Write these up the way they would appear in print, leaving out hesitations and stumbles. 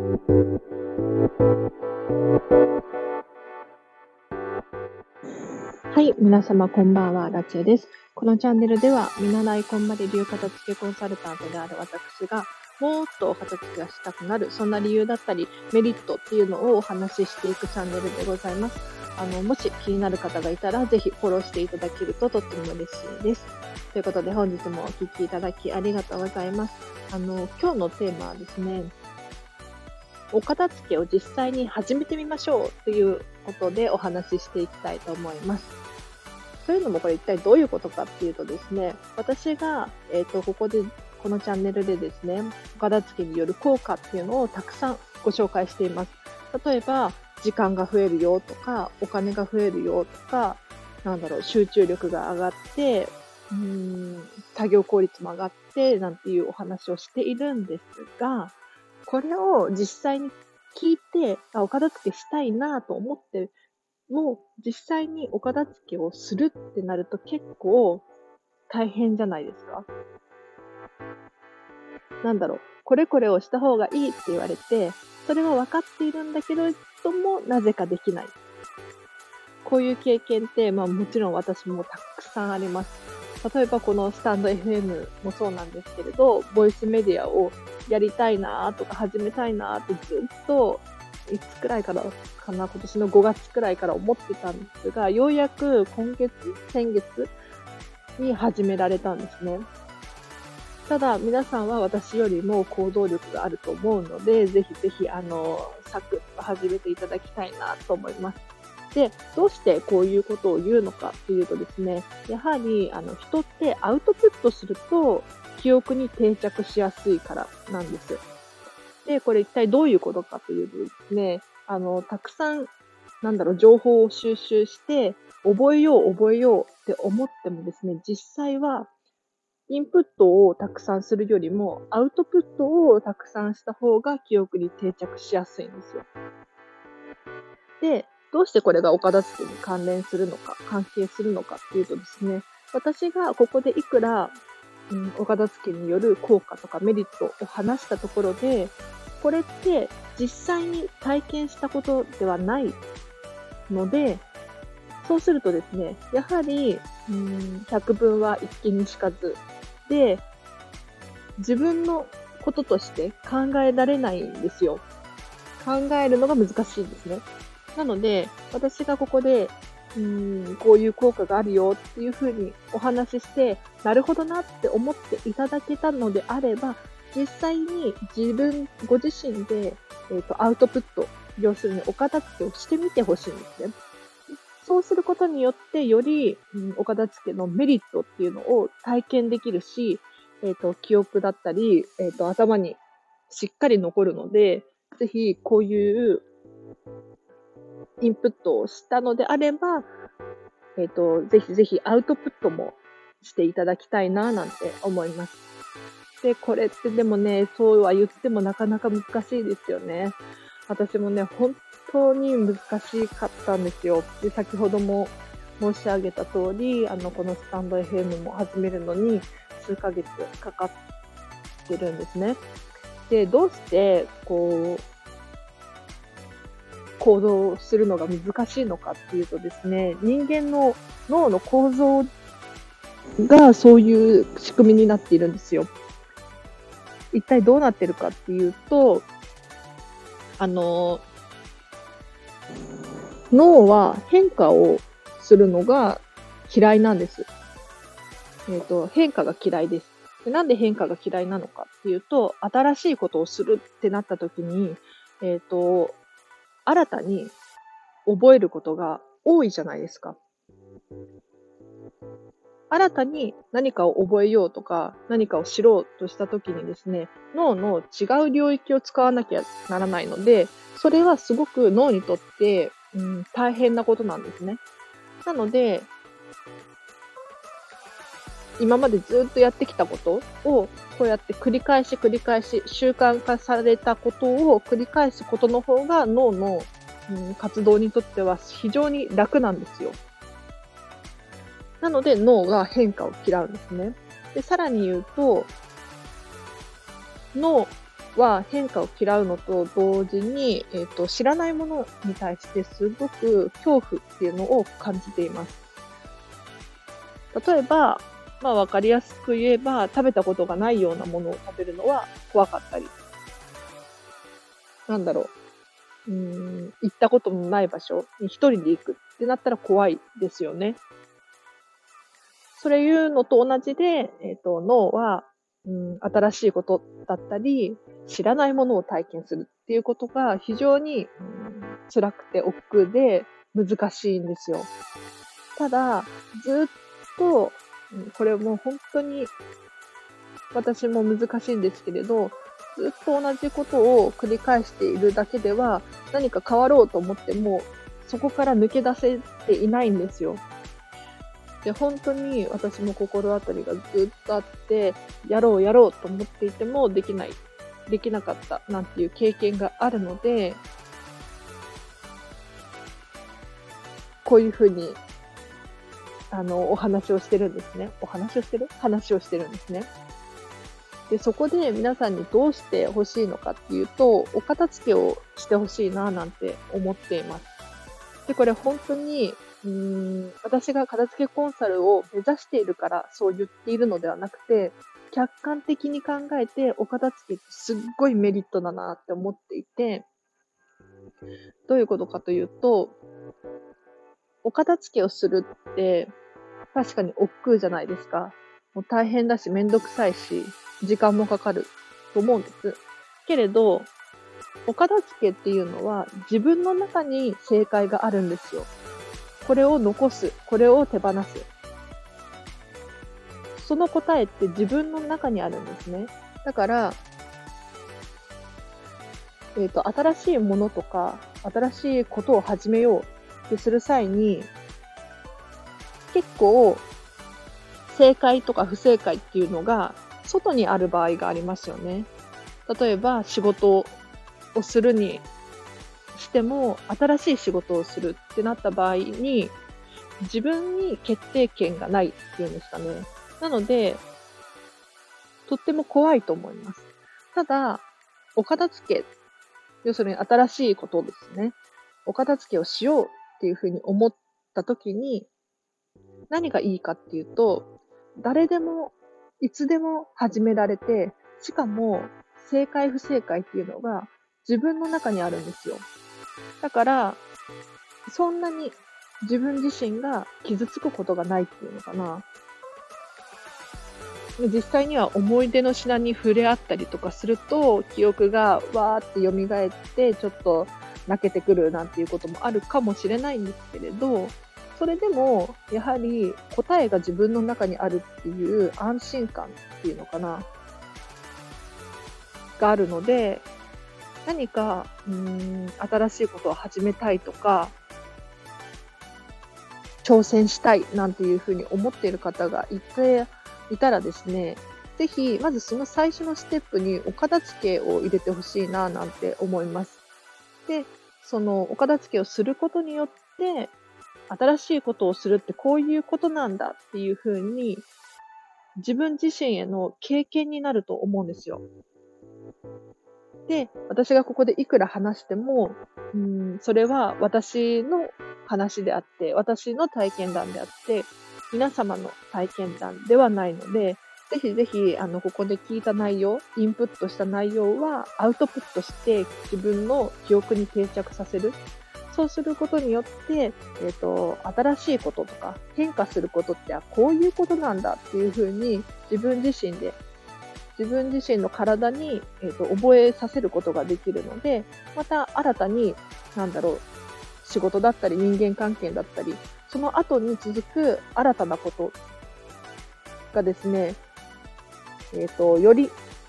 はい、皆様こんばんは、ラチェです。このチャンネルでは、見習いこんまり流片付けコンサルタントである私が、もっとお片付けがしたくなる、そんな理由だったり、メリットっていうのをお話ししていくチャンネルでございます。もし気になる方がいたら、ぜひフォローしていただけるととっても嬉しいです。ということで、本日もお聞きいただきありがとうございます。今日のテーマはですね、お片付けを実際に始めてみましょうということでお話ししていきたいと思います。というのもこれ一体どういうことかっていうとですね、私が、このチャンネルでですね、お片付けによる効果っていうのをたくさんご紹介しています。例えば、時間が増えるよとか、お金が増えるよとか、集中力が上がって、作業効率も上がって、なんていうお話をしているんですが、これを実際に聞いて、お片付けしたいなと思っても、実際にお片付けをするってなると結構大変じゃないですか？これこれをした方がいいって言われて、それは分かっているんだけれども、なぜかできない。こういう経験って、もちろん私もたくさんあります。例えばこのスタンド FM もそうなんですけれど、ボイスメディアをやりたいなとか始めたいなってずっと、いつくらいからかな、今年の5月くらいから思ってたんですが、ようやく先月に始められたんですね。ただ、皆さんは私よりも行動力があると思うので、ぜひぜひ、サクッと始めていただきたいなと思います。で、どうしてこういうことを言うのかっていうとですね、やはり、人ってアウトプットすると、記憶に定着しやすいからなんです。で、これ一体どういうことかというとですね、たくさん、情報を収集して、覚えようって思ってもですね、実際はインプットをたくさんするよりも、アウトプットをたくさんした方が記憶に定着しやすいんですよ。で、どうしてこれがお片付けに関係するのかっていうとですね、私がここでいくら、お片付けによる効果とかメリットを話したところで、これって実際に体験したことではないので、そうするとですね、やはり、百聞は一見にしかずで、自分のこととして考えられないんですよ。考えるのが難しいんですね。なので、私がここで、こういう効果があるよっていう風にお話しして、なるほどなって思っていただけたのであれば、実際にご自身で、アウトプット、要するにお片付けをしてみてほしいんですね。そうすることによって、より、お片付けのメリットっていうのを体験できるし、記憶だったり、頭にしっかり残るので、ぜひこういうインプットをしたのであれば、ぜひぜひアウトプットもしていただきたいななんて思います。で、これってでもね、そうは言ってもなかなか難しいですよね。私もね、本当に難しかったんですよ。で、先ほども申し上げた通り、このスタンド FM も始めるのに数ヶ月かかってるんですね。で、どうして、行動するのが難しいのかっていうとですね、人間の脳の構造がそういう仕組みになっているんですよ。一体どうなってるかっていうと、あの、脳は変化をするのが嫌いなんです。変化が嫌いです。で、なんで変化が嫌いなのかっていうと、新しいことをするってなった時に、えっと、新たに覚えることが多いじゃないですか。新たに何かを覚えようとか、何かを知ろうとした時にですね、脳の違う領域を使わなきゃならないので、それはすごく脳にとって、大変なことなんですね。なので、今までずっとやってきたことを、こうやって繰り返し、習慣化されたことを繰り返すことの方が脳の、活動にとっては非常に楽なんですよ。なので脳が変化を嫌うんですね。で、さらに言うと、脳は変化を嫌うのと同時に、知らないものに対してすごく恐怖っていうのを感じています。例えば、わかりやすく言えば、食べたことがないようなものを食べるのは怖かったり、なんだろ行ったことのない場所に一人で行くってなったら怖いですよね。それいうのと同じで、脳は、新しいことだったり、知らないものを体験するっていうことが非常に、辛くて億劫で難しいんですよ。ただ、ずっと、これもう本当に私も難しいんですけれど、ずっと同じことを繰り返しているだけでは、何か変わろうと思っても、そこから抜け出せていないんですよ。で、本当に私も心当たりがずっとあって、やろうやろうと思っていてもできない、できなかったなんていう経験があるので、こういう風にお話をしてるんですね。お話をしてる？話をしてるんですね。で、そこで皆さんにどうして欲しいのかっていうと、お片付けをして欲しいななんて思っています。で、これほんとに、私が片付けコンサルを目指しているからそう言っているのではなくて、客観的に考えてお片付けってすっごいメリットだなって思っていて、どういうことかというと、お片付けをするって確かに億劫じゃないですか。もう大変だし、めんどくさいし、時間もかかると思うんです。けれど、お片付けっていうのは自分の中に正解があるんですよ。これを残す、これを手放す。その答えって自分の中にあるんですね。だから、新しいものとか、新しいことを始めようってする際に、結構正解とか不正解っていうのが外にある場合がありますよね。例えば仕事をするにしても、新しい仕事をするってなった場合に、自分に決定権がないっていうんですかね。なので、とっても怖いと思います。ただ、お片付け、要するに新しいことですね。お片付けをしようっていうふうに思った時に、何がいいかっていうと、誰でもいつでも始められて、しかも正解不正解っていうのが自分の中にあるんですよ。だから、そんなに自分自身が傷つくことがないっていうのかな。実際には思い出の品に触れ合ったりとかすると、記憶がわーって蘇って、ちょっと泣けてくるなんていうこともあるかもしれないんですけれど、それでもやはり答えが自分の中にあるっていう安心感っていうのかな、があるので、何か、新しいことを始めたいとか、挑戦したいなんていうふうに思っている方がいたらですね、ぜひ、まずその最初のステップにお片付けを入れてほしいななんて思います。で、そのお片付けをすることによって、新しいことをするってこういうことなんだっていうふうに、自分自身への経験になると思うんですよ。で、私がここでいくら話しても、それは私の話であって、私の体験談であって、皆様の体験談ではないので、ぜひぜひ、ここで聞いた内容、インプットした内容はアウトプットして自分の記憶に定着させる。そうすることによって、新しいこととか変化することって、こういうことなんだっていうふうに自分自身の体に、覚えさせることができるので、また新たに、なんだろう、仕事だったり人間関係だったり、その後に続く新たなことがですね、より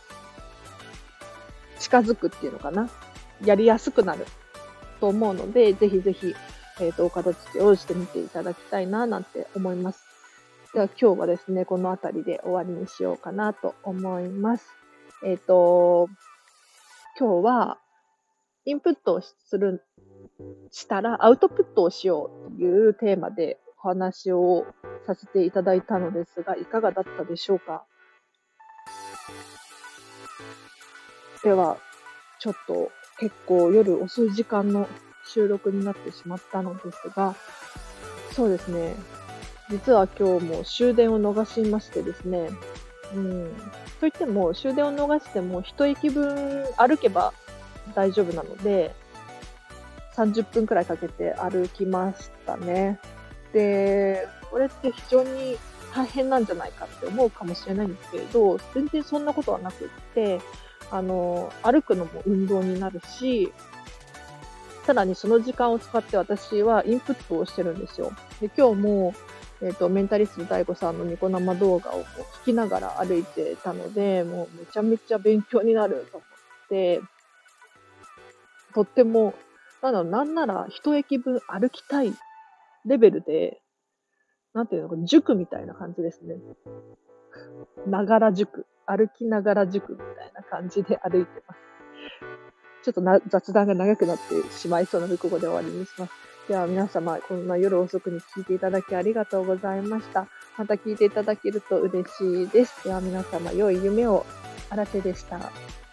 近づくっていうのかな、やりやすくなると思うので、ぜひぜひ、お片付けをしてみていただきたいななんて思います。では今日はですね、この辺りで終わりにしようかなと思います。えっ、と、今日はインプットをしたらアウトプットをしようというテーマでお話をさせていただいたのですが、いかがだったでしょうか？ ては、ちょっと結構夜遅い時間の収録になってしまったのですが、そうですね。実は今日も終電を逃しましてですね、うん。といっても、終電を逃しても一駅分歩けば大丈夫なので、30分くらいかけて歩きましたね。で、これって非常に大変なんじゃないかって思うかもしれないんですけれど、全然そんなことはなくって、歩くのも運動になるし、さらにその時間を使って私はインプットをしてるんですよ。で、今日も、メンタリスト DAIGO さんのニコ生動画をこう聞きながら歩いてたので、もうめちゃめちゃ勉強になると思って、とっても、なんなら一駅分歩きたいレベルで、なんていうのか、塾みたいな感じですね。ながら塾、歩きながら塾みたいな感じで歩いてます。ちょっと雑談が長くなってしまいそうなので、ここで終わりにします。では皆様、こんな夜遅くに聞いていただきありがとうございました。また聞いていただけると嬉しいです。では皆様、良い夢を。あらでした。